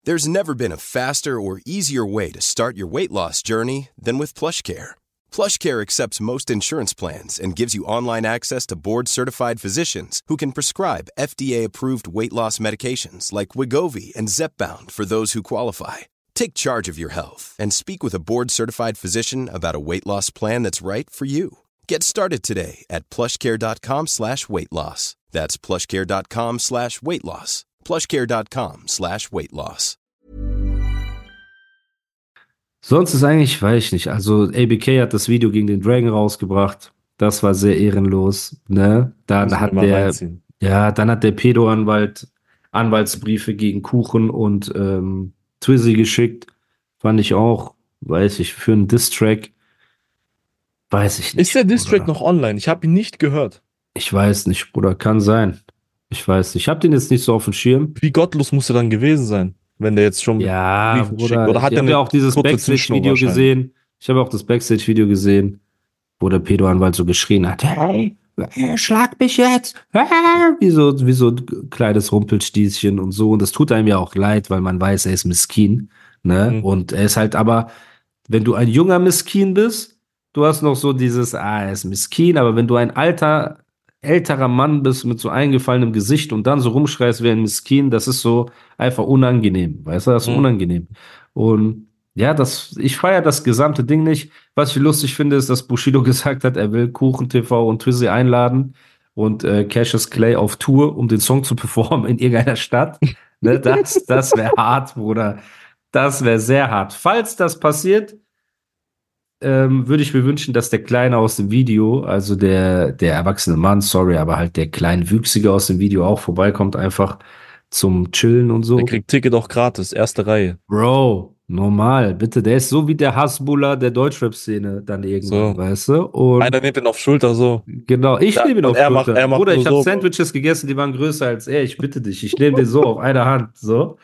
There's never been a faster or easier way to start your weight loss journey than with PlushCare. PlushCare accepts most insurance plans and gives you online access to board-certified physicians who can prescribe FDA-approved weight loss medications like Wegovy and Zepbound for those who qualify. Take charge of your health and speak with a board-certified physician about a weight loss plan that's right for you. Get started today at plushcare.com/weightloss. That's plushcare.com/weightloss. plushcare.com/weightloss. Sonst ist eigentlich, weiß ich nicht, also ABK hat das Video gegen den Dragon rausgebracht. Das war sehr ehrenlos, ne? Dann hat der Pedo-Anwalt Anwaltsbriefe gegen Kuchen und Twizzy geschickt. Fand ich auch, weiß ich, für einen Diss-Track. Weiß ich nicht. Ist der Diss-Track noch online? Ich habe ihn nicht gehört. Ich weiß nicht, Bruder, kann sein. Ich weiß nicht. Ich habe den jetzt nicht so auf dem Schirm. Wie gottlos muss er dann gewesen sein, wenn der jetzt schon ja, Bruder, oder hat ich habe ja auch dieses Backstage-Video gesehen. Ich habe auch das Backstage-Video gesehen, wo der Pedo-Anwalt so geschrien hat, hey, schlag mich jetzt. Wie so ein kleines Rumpelstilzchen und so. Und das tut einem ja auch leid, weil man weiß, er ist Miskin. Ne? Und er ist halt aber, wenn du ein junger Miskin bist, du hast noch so dieses, er ist Miskin, aber wenn du ein älterer Mann bist mit so eingefallenem Gesicht und dann so rumschreist wie ein Miskin, das ist so einfach unangenehm, weißt du, das ist unangenehm. Und ja, ich feiere das gesamte Ding nicht. Was ich lustig finde, ist, dass Bushido gesagt hat, er will Kuchen TV und Twizzy einladen und Cassius Clay auf Tour, um den Song zu performen in irgendeiner Stadt. Ne, das wäre hart, Bruder. Das wäre sehr hart. Falls das passiert, würde ich mir wünschen, dass der Kleine aus dem Video, also der erwachsene Mann, sorry, aber halt der Kleinwüchsige aus dem Video auch vorbeikommt, einfach zum Chillen und so. Der kriegt Ticket auch gratis, erste Reihe. Bro, normal, bitte. Der ist so wie der Hasbulla der Deutschrap-Szene dann irgendwann, so. Weißt du? Und einer nimmt ihn auf Schulter so. Genau, ich nehme ihn auf Schulter. Er macht Bruder, ich habe so. Sandwiches gegessen, die waren größer als er. Ich bitte dich, ich nehme den so auf einer Hand, so.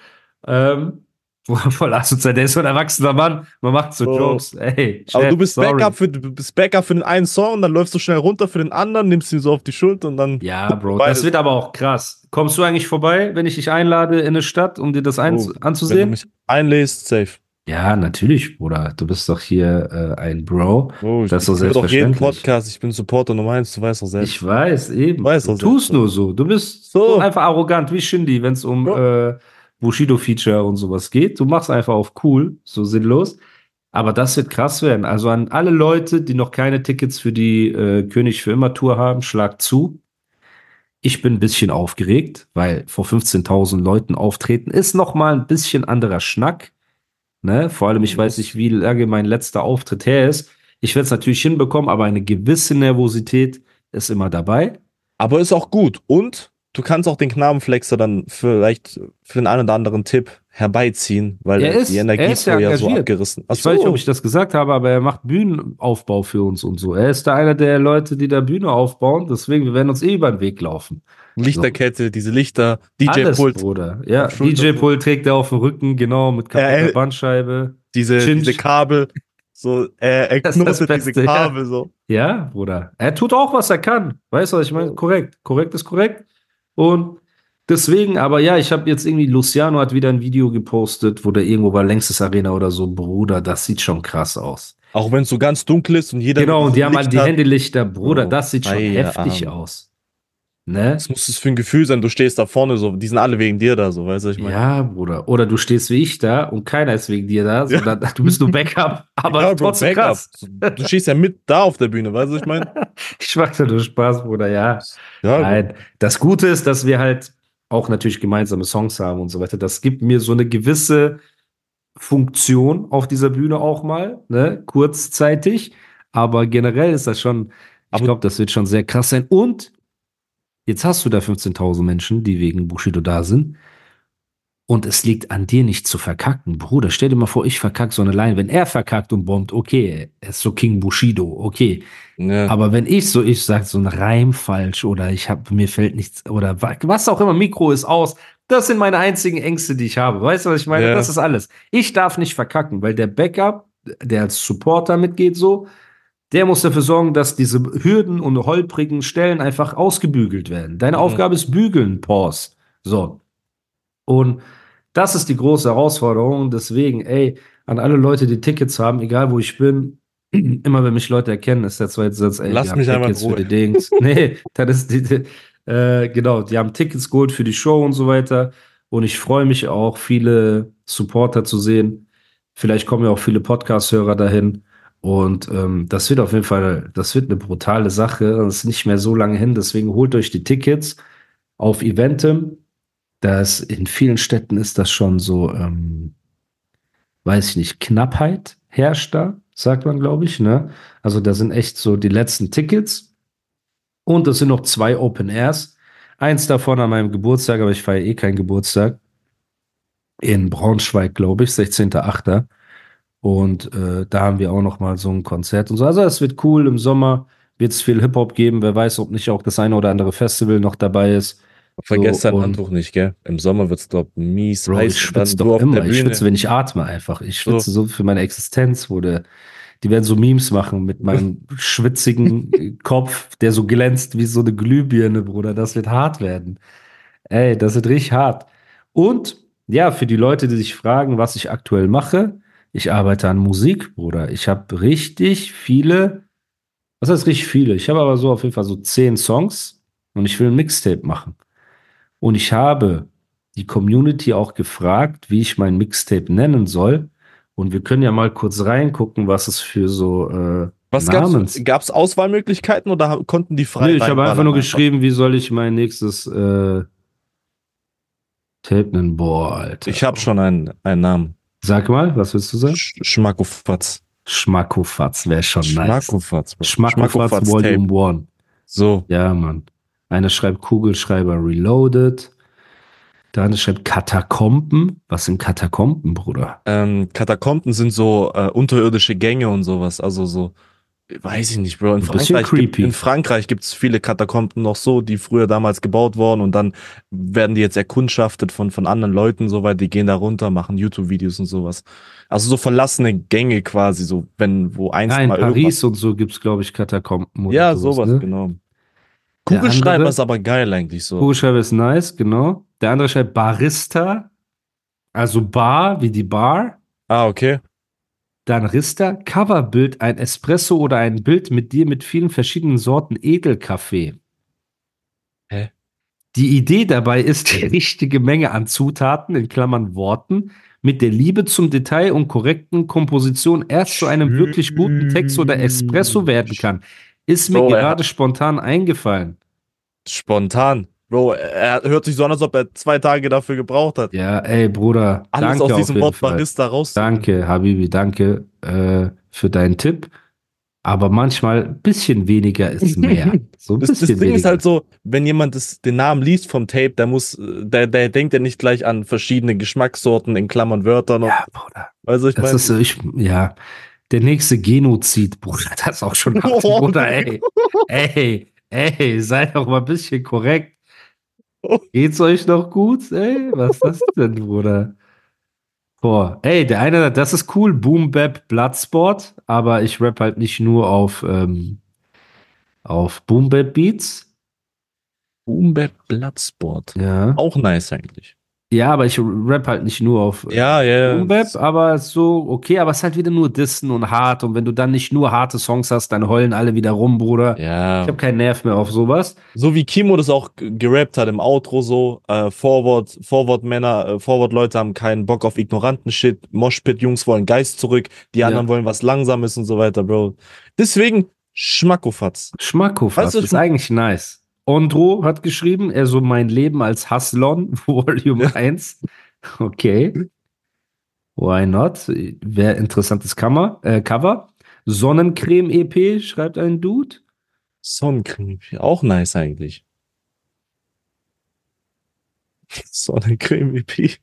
Voll asozial, der ist so ein erwachsener Mann, man macht so Jokes, ey. Chat, aber du bist Backup für den einen Song, dann läufst du schnell runter für den anderen, nimmst ihn so auf die Schulter und dann... Ja, Bro, das wird aber auch krass. Kommst du eigentlich vorbei, wenn ich dich einlade in eine Stadt, um dir das anzusehen? Wenn du mich einlädst, safe. Ja, natürlich, Bruder, du bist doch hier ein Bro. Das ist so selbstverständlich. Doch jeden Podcast, ich bin Supporter Nummer 1, du weißt doch selbst. Ich weiß, eben. Du tust nur so, du bist so einfach arrogant wie Shindy, wenn es um... Bushido-Feature und sowas geht. Du machst einfach auf cool, so sinnlos. Aber das wird krass werden. Also an alle Leute, die noch keine Tickets für die König für immer Tour haben, schlag zu. Ich bin ein bisschen aufgeregt, weil vor 15.000 Leuten auftreten ist noch mal ein bisschen anderer Schnack. Ne? Vor allem, ich weiß nicht, wie lange mein letzter Auftritt her ist. Ich werde es natürlich hinbekommen, aber eine gewisse Nervosität ist immer dabei. Aber ist auch gut. Und du kannst auch den Knabenflexer dann vielleicht für den einen oder anderen Tipp herbeiziehen, weil die Energie ist ja so abgerissen. Ich weiß nicht, ob ich das gesagt habe, aber er macht Bühnenaufbau für uns und so. Er ist da einer der Leute, die da Bühne aufbauen. Deswegen, wir werden uns über den Weg laufen. Lichterkette, diese Lichter, DJ-Pult. Bruder. Ja, DJ-Pult trägt er auf dem Rücken, genau, mit kaputter Bandscheibe. Diese Kabel. So, er knotet diese Kabel so. Ja, Bruder. Er tut auch, was er kann. Weißt du, was ich meine? Korrekt. Korrekt ist korrekt. Und deswegen, aber ja, ich habe jetzt irgendwie, Luciano hat wieder ein Video gepostet, wo der irgendwo bei Längstes Arena oder so, Bruder, das sieht schon krass aus. Auch wenn es so ganz dunkel ist und jeder... Genau, und die haben halt die Handylichter, Bruder, das sieht schon heftig aus. Ne? Das muss es für ein Gefühl sein, du stehst da vorne so, die sind alle wegen dir da, so, weißt du, ich meine. Ja, Bruder, oder du stehst wie ich da und keiner ist wegen dir da, sondern du bist nur Backup, aber ja, trotzdem Backup. Krass. Du stehst ja mit da auf der Bühne, weißt du, ich meine. Ich mach da nur Spaß, Bruder, ja. Nein, das Gute ist, dass wir halt auch natürlich gemeinsame Songs haben und so weiter. Das gibt mir so eine gewisse Funktion auf dieser Bühne auch mal, ne, kurzzeitig, aber generell ist das schon, ich glaube, das wird schon sehr krass sein. Und jetzt hast du da 15.000 Menschen, die wegen Bushido da sind. Und es liegt an dir nicht zu verkacken. Bruder, stell dir mal vor, ich verkacke so eine Line. Wenn er verkackt und bombt, okay, er ist so King Bushido, okay. Ja. Aber wenn ich sag so ein Reim falsch oder mir fällt nichts oder was auch immer, Mikro ist aus. Das sind meine einzigen Ängste, die ich habe. Weißt du, was ich meine? Ja. Das ist alles. Ich darf nicht verkacken, weil der Backup, der als Supporter mitgeht so, der muss dafür sorgen, dass diese Hürden und holprigen Stellen einfach ausgebügelt werden. Deine Aufgabe ist bügeln, Pause. So. Und Das ist die große Herausforderung. Deswegen, ey, an alle Leute, die Tickets haben, egal wo ich bin, immer wenn mich Leute erkennen, ist der zweite Satz, ey, Lass wir haben mich einmal in Tickets für Ruhe. die Dings. Nee, dann ist genau, die haben Tickets geholt für die Show und so weiter. Und ich freue mich auch, viele Supporter zu sehen. Vielleicht kommen ja auch viele Podcast-Hörer dahin. Und das wird auf jeden Fall, das wird eine brutale Sache. Das ist nicht mehr so lange hin. Deswegen holt euch die Tickets auf Eventim. Das in vielen Städten ist das schon so, weiß ich nicht, Knappheit herrscht da, sagt man, glaube ich, ne? Also da sind echt so die letzten Tickets. Und es sind noch 2 Open Airs. Eins davon an meinem Geburtstag, aber ich feiere eh keinen Geburtstag. In Braunschweig, glaube ich, 16.08. Und da haben wir auch noch mal so ein Konzert und so. Also es wird cool. Im Sommer wird es viel Hip-Hop geben. Wer weiß, ob nicht auch das eine oder andere Festival noch dabei ist. Vergesst So, dein und Handtuch nicht, gell? Im Sommer wird's, glaub, mies Bro, ich heiß und schwitze dann du doch auf der immer. Ich schwitze, Bühne. wenn ich atme einfach. Ich So, schwitze so für meine Existenz, die werden so Memes machen mit meinem schwitzigen Kopf, der so glänzt wie so eine Glühbirne, Bruder. Das wird hart werden. Ey, das wird richtig hart. Und ja, für die Leute, die sich fragen, was ich aktuell mache, ich arbeite an Musik, Bruder. Ich habe richtig viele, was heißt richtig viele? Ich habe aber so auf jeden Fall so 10 Songs und ich will ein Mixtape machen. Und ich habe die Community auch gefragt, wie ich mein Mixtape nennen soll. Und wir können ja mal kurz reingucken, was es für so was Namens. gab's Auswahlmöglichkeiten oder konnten die Nö, frei ich habe einfach reinballern nur einfach? geschrieben, wie soll ich mein nächstes Tape nennen? Boah, Ich Alter. habe schon einen Namen. Sag mal, was willst du sagen? Schmackofatz. Schmackofatz wäre schon nice. Schmackofatz, Bro. Schmackofatz Schmackofatz Tape. Volume 1. So. Ja, Mann. Einer schreibt Kugelschreiber Reloaded. Der andere schreibt Katakomben. Was sind Katakomben, Bruder? Katakomben sind so unterirdische Gänge und sowas. Also so, weiß ich nicht, Bro. Ein bisschen creepy. In Frankreich gibt's viele Katakomben noch so, die früher damals gebaut wurden und dann werden die jetzt erkundschaftet von anderen Leuten, soweit die gehen da runter, machen YouTube-Videos und sowas. Also so verlassene Gänge quasi, so wenn wo einst Ja, in mal Paris irgendwas. und so gibt es, glaube ich, Katakomben oder Ja, sowas, sowas, ne? genau. Der Kugelschreiber andere, ist aber geil eigentlich so. Kugelschreiber ist nice, genau. Der andere schreibt Barista, also Bar wie die Bar. Ah, okay. Dann Rista, Coverbild, ein Espresso oder ein Bild mit dir mit vielen verschiedenen Sorten Edelkaffee. Hä? Die Idee dabei ist, die richtige Menge an Zutaten, in Klammern Worten, mit der Liebe zum Detail und korrekten Komposition erst zu einem wirklich guten Text oder Espresso werden kann. Ist mir Bro, gerade spontan eingefallen. spontan. Bro, er hört sich so an, als ob er 2 Tage dafür gebraucht hat. Ja, ey, Bruder, Alles danke aus auf diesem jeden Wort Fall. Barista rauszuholen. Danke, Habibi, danke für deinen Tipp. Aber manchmal ein bisschen weniger ist mehr. So ein Das bisschen Ding weniger. ist halt so, wenn jemand den Namen liest vom Tape, der denkt ja nicht gleich an verschiedene Geschmackssorten in Klammern Wörtern. Ja, Bruder. Also ich Das meine, ist so, ja, der nächste Genozid, Bruder, das ist auch schon hart, Bruder, ey. Ey, sei doch mal ein bisschen korrekt. Geht's euch noch gut, ey? Was ist das denn, Bruder? Boah, ey, der eine, das ist cool, Boom Bap Bloodsport, aber ich rap halt nicht nur auf Boom Bap Beats. Boom Bap Bloodsport. Ja. Auch nice eigentlich. Ja, aber ich rap halt nicht nur auf Ja, ja. Boom Bap, aber so, okay, aber es ist halt wieder nur Dissen und hart. Und wenn du dann nicht nur harte Songs hast, dann heulen alle wieder rum, Bruder. Ja. Ich habe keinen Nerv mehr auf sowas. So wie Kimo das auch gerappt hat im Outro so, Forward-Leute haben keinen Bock auf ignoranten Shit, Moshpit-Jungs wollen Geist zurück, die anderen wollen was Langsames und so weiter, Bro. Deswegen Schmackofatz. Schmackofatz ist eigentlich nice. Ondro hat geschrieben, er so mein Leben als Haslon, Volume 1. Okay. Why not? Wäre interessantes Cover. Sonnencreme-EP, schreibt ein Dude. Sonnencreme, auch nice eigentlich. Sonnencreme-EP.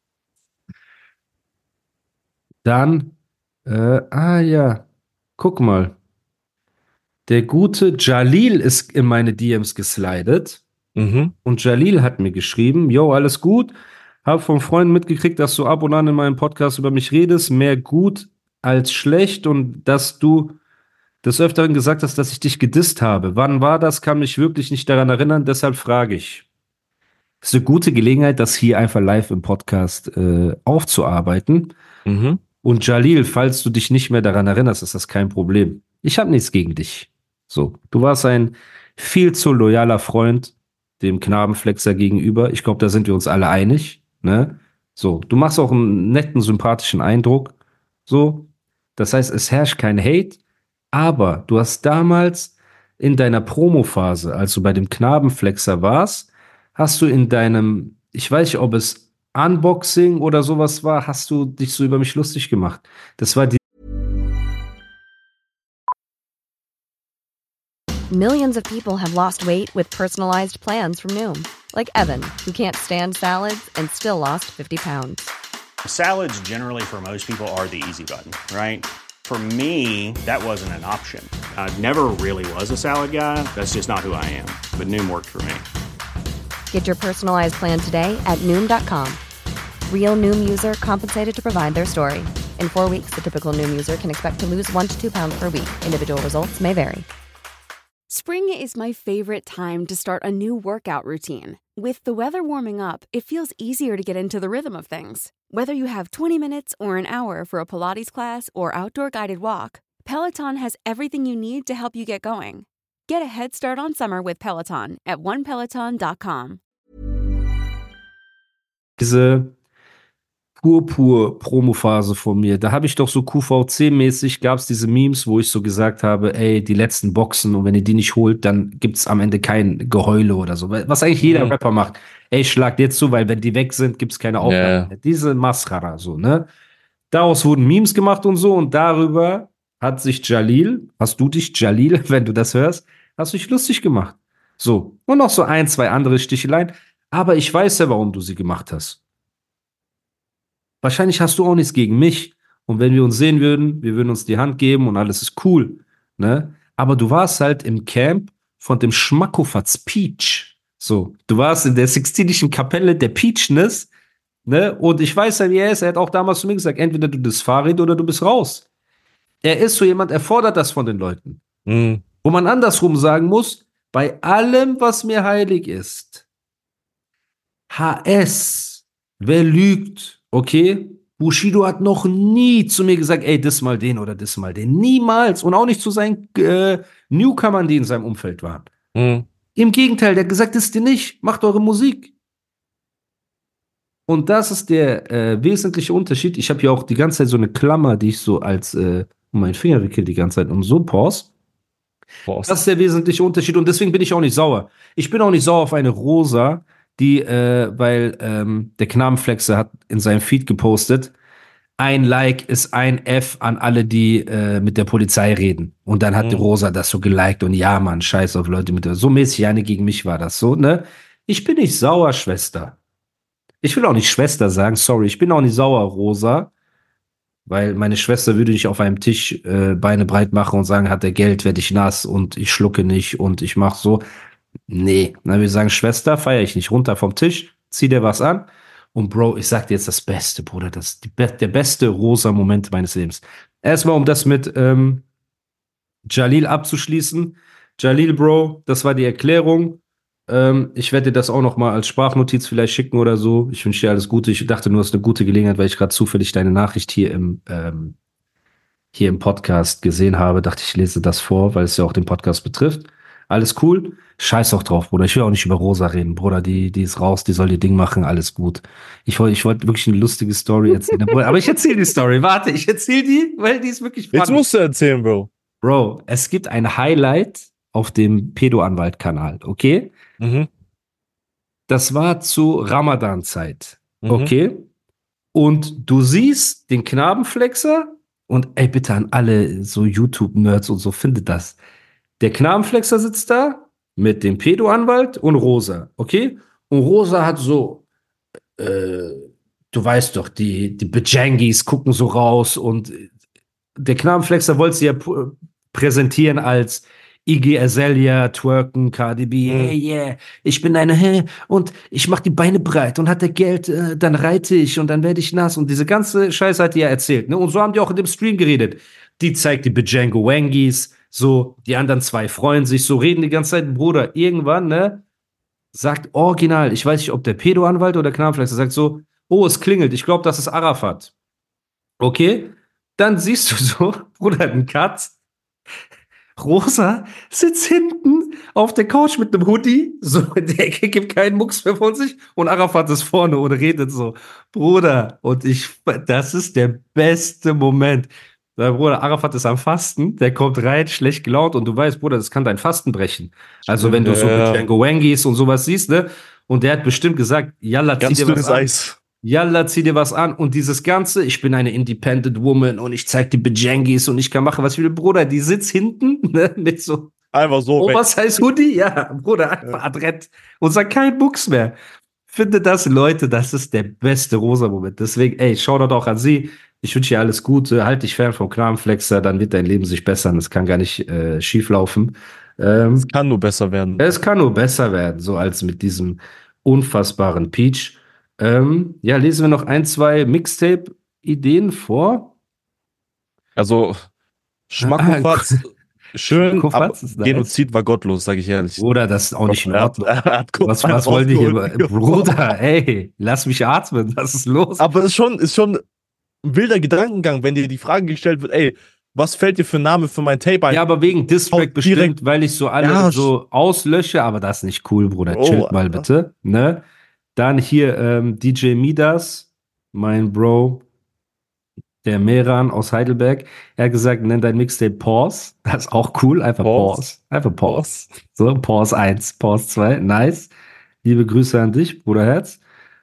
Dann, ja, guck mal. Der gute Jalil ist in meine DMs geslidet. Mhm. Und Jalil hat mir geschrieben, yo, alles gut. Hab von Freunden mitgekriegt, dass du ab und an in meinem Podcast über mich redest. Mehr gut als schlecht. Und dass du des Öfteren gesagt hast, dass ich dich gedisst habe. Wann war das? Kann mich wirklich nicht daran erinnern. Deshalb frage ich. Das ist eine gute Gelegenheit, das hier einfach live im Podcast aufzuarbeiten. Mhm. Und Jalil, falls du dich nicht mehr daran erinnerst, ist das kein Problem. Ich habe nichts gegen dich. So, du warst ein viel zu loyaler Freund dem Knabenflexer gegenüber. Ich glaube, da sind wir uns alle einig. Ne? So, du machst auch einen netten, sympathischen Eindruck. So, das heißt, es herrscht kein Hate, aber du hast damals in deiner Promophase, als du bei dem Knabenflexer warst, hast du in deinem, ich weiß nicht, ob es Unboxing oder sowas war, hast du dich so über mich lustig gemacht. Das war die Millions of people have lost weight with personalized plans from Noom. Like Evan, who can't stand salads and still lost 50 pounds. Salads generally for most people are the easy button, right? For me, that wasn't an option. I never really was a salad guy. That's just not who I am. But Noom worked for me. Get your personalized plan today at Noom.com. Real Noom user compensated to provide their story. In 4 weeks, the typical Noom user can expect to lose 1 to 2 pounds per week. Individual results may vary. Spring is my favorite time to start a new workout routine. With the weather warming up, it feels easier to get into the rhythm of things. Whether you have 20 minutes or an hour for a Pilates class or outdoor guided walk, Peloton has everything you need to help you get going. Get a head start on summer with Peloton at onepeloton.com. diese Pur-Promo-Phase von mir. Da habe ich doch so QVC-mäßig, gab es diese Memes, wo ich so gesagt habe, ey, die letzten Boxen und wenn ihr die nicht holt, dann gibt's am Ende kein Geheule oder so. Was eigentlich jeder Rapper macht. Ey, schlag dir zu, weil wenn die weg sind, gibt's keine Aufnahme mehr. Diese Mascara, so, ne? Daraus wurden Memes gemacht und so und darüber hat sich Jalil, hast du dich, Jalil, wenn du das hörst, hast du dich lustig gemacht. So. Und noch so 1, 2 andere Sticheleien. Aber ich weiß ja, warum du sie gemacht hast. Wahrscheinlich hast du auch nichts gegen mich. Und wenn wir uns sehen würden, wir würden uns die Hand geben und alles ist cool. Ne? Aber du warst halt im Camp von dem Schmackofatz Peach. So, du warst in der Sixtinischen Kapelle der Peachness. Ne? Und ich weiß ja, wie er ist. Er hat auch damals zu mir gesagt, entweder du bist Farid oder du bist raus. Er ist so jemand, er fordert das von den Leuten. Mhm. Wo man andersrum sagen muss, bei allem, was mir heilig ist, HS, wer lügt? Okay, Bushido hat noch nie zu mir gesagt, ey, das mal den oder das mal den. Niemals. Und auch nicht zu seinen Newcomern, die in seinem Umfeld waren. Mhm. Im Gegenteil, der hat gesagt, das ist dir nicht. Macht eure Musik. Und das ist der wesentliche Unterschied. Ich habe hier auch die ganze Zeit so eine Klammer, die ich so als um meinen Finger wickel die ganze Zeit und so pause. Das ist der wesentliche Unterschied. Und deswegen bin ich auch nicht sauer. Ich bin auch nicht sauer auf eine Rosa, die, weil der Knabenflexer hat in seinem Feed gepostet, ein Like ist ein F an alle, die mit der Polizei reden. Und dann hat die Rosa das so geliked und ja, Mann, scheiß auf Leute mit der, so mäßig eine gegen mich war das so, ne? Ich bin nicht sauer, Schwester. Ich will auch nicht Schwester sagen, sorry, ich bin auch nicht sauer, Rosa, weil meine Schwester würde nicht auf einem Tisch Beine breit machen und sagen, hat der Geld, werde ich nass und ich schlucke nicht und ich mach so. Nee, dann wir sagen, Schwester, feiere ich nicht. Runter vom Tisch, zieh dir was an. Und Bro, ich sag dir jetzt das Beste, Bruder, der beste rosa Moment meines Lebens. Erstmal, um das mit Jalil abzuschließen. Jalil, Bro, das war die Erklärung. Ich werde dir das auch noch mal als Sprachnotiz vielleicht schicken oder so. Ich wünsche dir alles Gute. Ich dachte nur, es ist eine gute Gelegenheit, weil ich gerade zufällig deine Nachricht hier im Podcast gesehen habe. Dachte ich, lese das vor, weil es ja auch den Podcast betrifft. Alles cool. Scheiß auch drauf, Bruder. Ich will auch nicht über Rosa reden. Bruder, die ist raus, die soll ihr Ding machen, alles gut. Ich wollte wirklich eine lustige Story erzählen. Aber ich erzähle die Story. Warte, ich erzähle die, weil die ist wirklich funny. Jetzt musst du erzählen, Bro. Bro, es gibt ein Highlight auf dem Pedo-Anwalt-Kanal, okay? Mhm. Das war zu Ramadan-Zeit, Mhm. okay? Und du siehst den Knabenflexer und ey, bitte an alle so YouTube-Nerds und so, findet das. Der Knabenflexer sitzt da mit dem Pedo-Anwalt und Rosa, okay? Und Rosa hat so, du weißt doch, die Bajangis gucken so raus und der Knabenflexer wollte sie ja präsentieren als Iggy Azalea, twerken, Cardi B, hey, yeah, ich bin eine, und ich mach die Beine breit und hat der Geld, dann reite ich und dann werde ich nass und diese ganze Scheiße hat die ja erzählt, ne? Und so haben die auch in dem Stream geredet. Die zeigt die Bajango Wangis, so, die anderen 2 freuen sich, so reden die ganze Zeit, Bruder, irgendwann, ne? sagt original, ich weiß nicht, ob der Pedo-Anwalt oder Knabenflexer sagt so, oh, es klingelt, ich glaube, das ist Arafat. Okay, dann siehst du so, Bruder, ein Cut. Rosa sitzt hinten auf der Couch mit einem Hoodie, so in der Ecke, gibt keinen Mucks mehr von sich und Arafat ist vorne und redet so. Bruder, das ist der beste Moment. Weil, Bruder, Arafat ist am Fasten, der kommt rein, schlecht gelaunt und du weißt, Bruder, das kann dein Fasten brechen. Also wenn du so mit Django Wangis und sowas siehst, ne? Und der hat bestimmt gesagt, Yalla, zieh dir was an. Eis. Yalla, zieh dir was an. Und dieses Ganze, ich bin eine Independent Woman und ich zeig die Bejangis und ich kann machen, was ich will. Bruder, die sitzt hinten, ne, mit so einfach so Oversize-Hoodie, ja, Bruder, einfach adrett und sagt kein Buchs mehr. Finde das, Leute, das ist der beste Rosa-Moment. Deswegen, ey, Shoutout auch an sie. Ich wünsche dir alles Gute. Halt dich fern vom Knabenflexer, dann wird dein Leben sich bessern. Das kann gar nicht schief laufen. Es kann nur besser werden. Es kann nur besser werden, so als mit diesem unfassbaren Peach. Ja, lesen wir noch 1, 2 Mixtape-Ideen vor. Also, Schmackofatz, schön, aber Genozid war gottlos, sage ich ehrlich. Bruder, das ist auch nicht in Ordnung. Was wollt ihr hier? Bruder, ey, lass mich atmen, was ist los? Aber es ist schon ein wilder Gedankengang, wenn dir die Frage gestellt wird, ey, was fällt dir für ein Name für mein Tape ein? Ja, aber wegen Distrack bestimmt, weil ich so alle so auslösche, aber das ist nicht cool, Bruder. Chillt mal bitte, ne? Dann hier DJ Midas, mein Bro, der Meran aus Heidelberg. Er hat gesagt, nenn dein Mixtape Pause. Das ist auch cool. Einfach Pause. Einfach Pause. So, Pause 1, Pause 2. Nice. Liebe Grüße an dich, Bruderherz.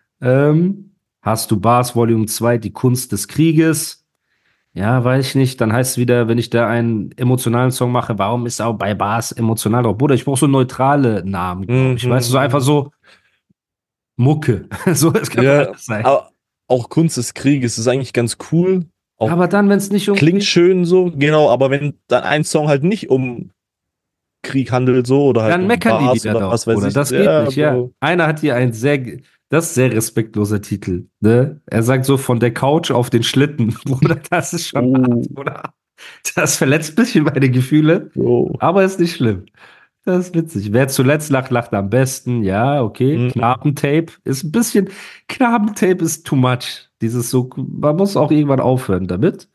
Hast du Bars Volume 2, die Kunst des Krieges? Ja, weiß ich nicht. Dann heißt es wieder, wenn ich da einen emotionalen Song mache, warum ist auch bei Bars emotional drauf? Bruder, ich brauche so neutrale Namen, glaube ich. Weißt du, so einfach so Mucke. So, das kann doch sein. Aber auch Kunst des Krieges ist eigentlich ganz cool. Auch aber dann, wenn es nicht um klingt schön so, genau, aber wenn dann ein Song halt nicht um Krieg handelt so oder halt dann meckern die wieder drauf, oder? Das geht nicht, ja. Einer hat hier das ist sehr respektloser Titel, ne? Er sagt so, von der Couch auf den Schlitten. Bruder, das ist schon hart, Bruder. Das verletzt ein bisschen meine Gefühle, aber ist nicht schlimm. Das ist witzig. Wer zuletzt lacht, lacht am besten. Ja, okay. Knabentape ist ein bisschen, Knabentape ist too much. Dieses so, man muss auch irgendwann aufhören damit.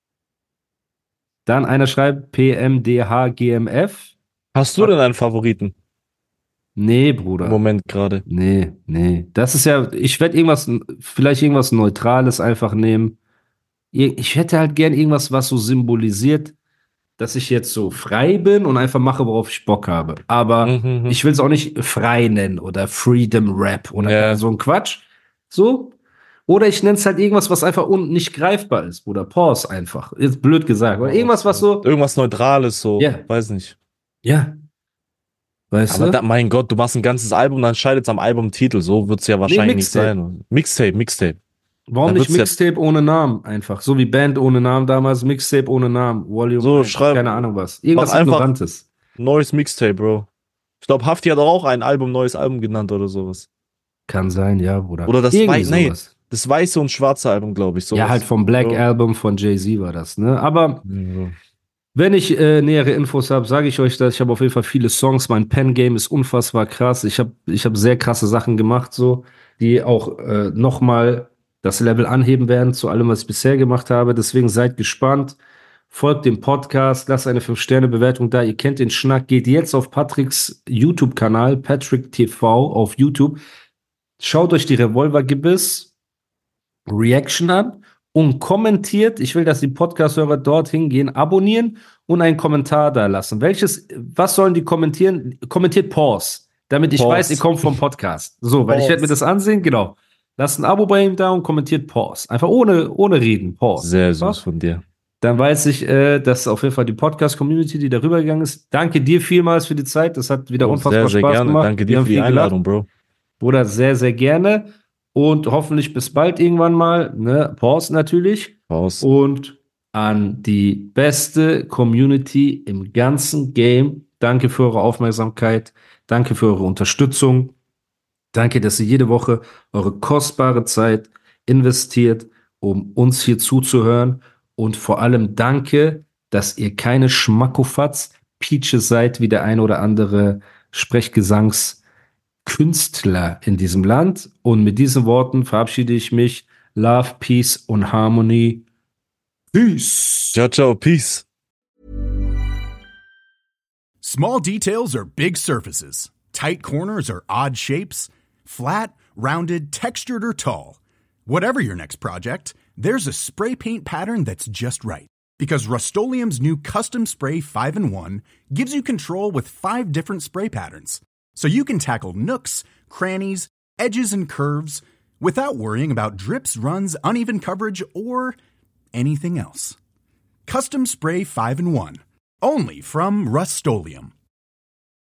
Dann einer schreibt PMDHGMF. Hast du denn einen Favoriten? Nee, Bruder. Im Moment gerade. Nee. Das ist ja, ich werde vielleicht irgendwas Neutrales einfach nehmen. Ich hätte halt gern irgendwas, was so symbolisiert, dass ich jetzt so frei bin und einfach mache, worauf ich Bock habe. Aber ich will es auch nicht frei nennen oder Freedom Rap oder so ein Quatsch. So. Oder ich nenne es halt irgendwas, was einfach nicht greifbar ist. Oder Pause einfach. Ist blöd gesagt. Oder irgendwas, was so. Irgendwas Neutrales, so. Weiß nicht. Ja. Weißt du? Aber mein Gott, du machst ein ganzes Album, dann scheidet es am Albumtitel. So wird es ja wahrscheinlich nicht sein. Mixtape. Warum nicht Mixtape ohne Namen einfach? So wie Band ohne Namen damals, Mixtape ohne Namen, Volume so, 1, keine Ahnung was. Irgendwas Ignorantes. Neues Mixtape, Bro. Ich glaube, Hafti hat auch ein neues Album genannt oder sowas. Kann sein, ja, Bruder. Oder das das weiße und schwarze Album, glaube ich. Sowas. Ja, halt vom Black Album von Jay-Z war das, ne? Aber wenn ich nähere Infos habe, sage ich euch das. Ich habe auf jeden Fall viele Songs. Mein Pen-Game ist unfassbar krass. Ich hab sehr krasse Sachen gemacht, so, die auch nochmal das Level anheben werden zu allem, was ich bisher gemacht habe. Deswegen seid gespannt. Folgt dem Podcast, lasst eine 5-Sterne-Bewertung da. Ihr kennt den Schnack. Geht jetzt auf Patricks YouTube-Kanal, Patrick TV auf YouTube. Schaut euch die Revolver-Gebiss Reaction an und kommentiert. Ich will, dass die Podcast-Hörer dorthin gehen, abonnieren und einen Kommentar da lassen. Was sollen die kommentieren? Kommentiert Pause, damit ich weiß, ihr kommt vom Podcast. So, weil ich werde mir das ansehen, genau. Lasst ein Abo bei ihm da und kommentiert Pause. Einfach ohne reden, Pause. Sehr süß von dir. Dann weiß ich, dass auf jeden Fall die Podcast-Community, die darüber gegangen ist. Danke dir vielmals für die Zeit. Das hat wieder unfassbar sehr, Spaß gerne. gemacht. Danke dir für die Einladung, Bro. Bruder, sehr, sehr gerne. Und hoffentlich bis bald irgendwann mal. Ne? Pause natürlich. Pause. Und an die beste Community im ganzen Game. Danke für eure Aufmerksamkeit. Danke für eure Unterstützung. Danke, dass ihr jede Woche eure kostbare Zeit investiert, um uns hier zuzuhören. Und vor allem danke, dass ihr keine Schmackofatz-Peaches seid, wie der ein oder andere Sprechgesangs- Künstler in diesem Land. Und mit diesen Worten verabschiede ich mich. Love, Peace und Harmony. Peace. Ciao, ciao, peace. Small details are big surfaces. Tight corners are odd shapes. Flat, rounded, textured, or tall. Whatever your next project, there's a spray paint pattern that's just right. Because Rust-Oleum's new Custom Spray 5-in-1 gives you control with 5 different spray patterns. So you can tackle nooks, crannies, edges, and curves without worrying about drips, runs, uneven coverage, or anything else. Custom Spray 5-in-1. Only from Rust-Oleum.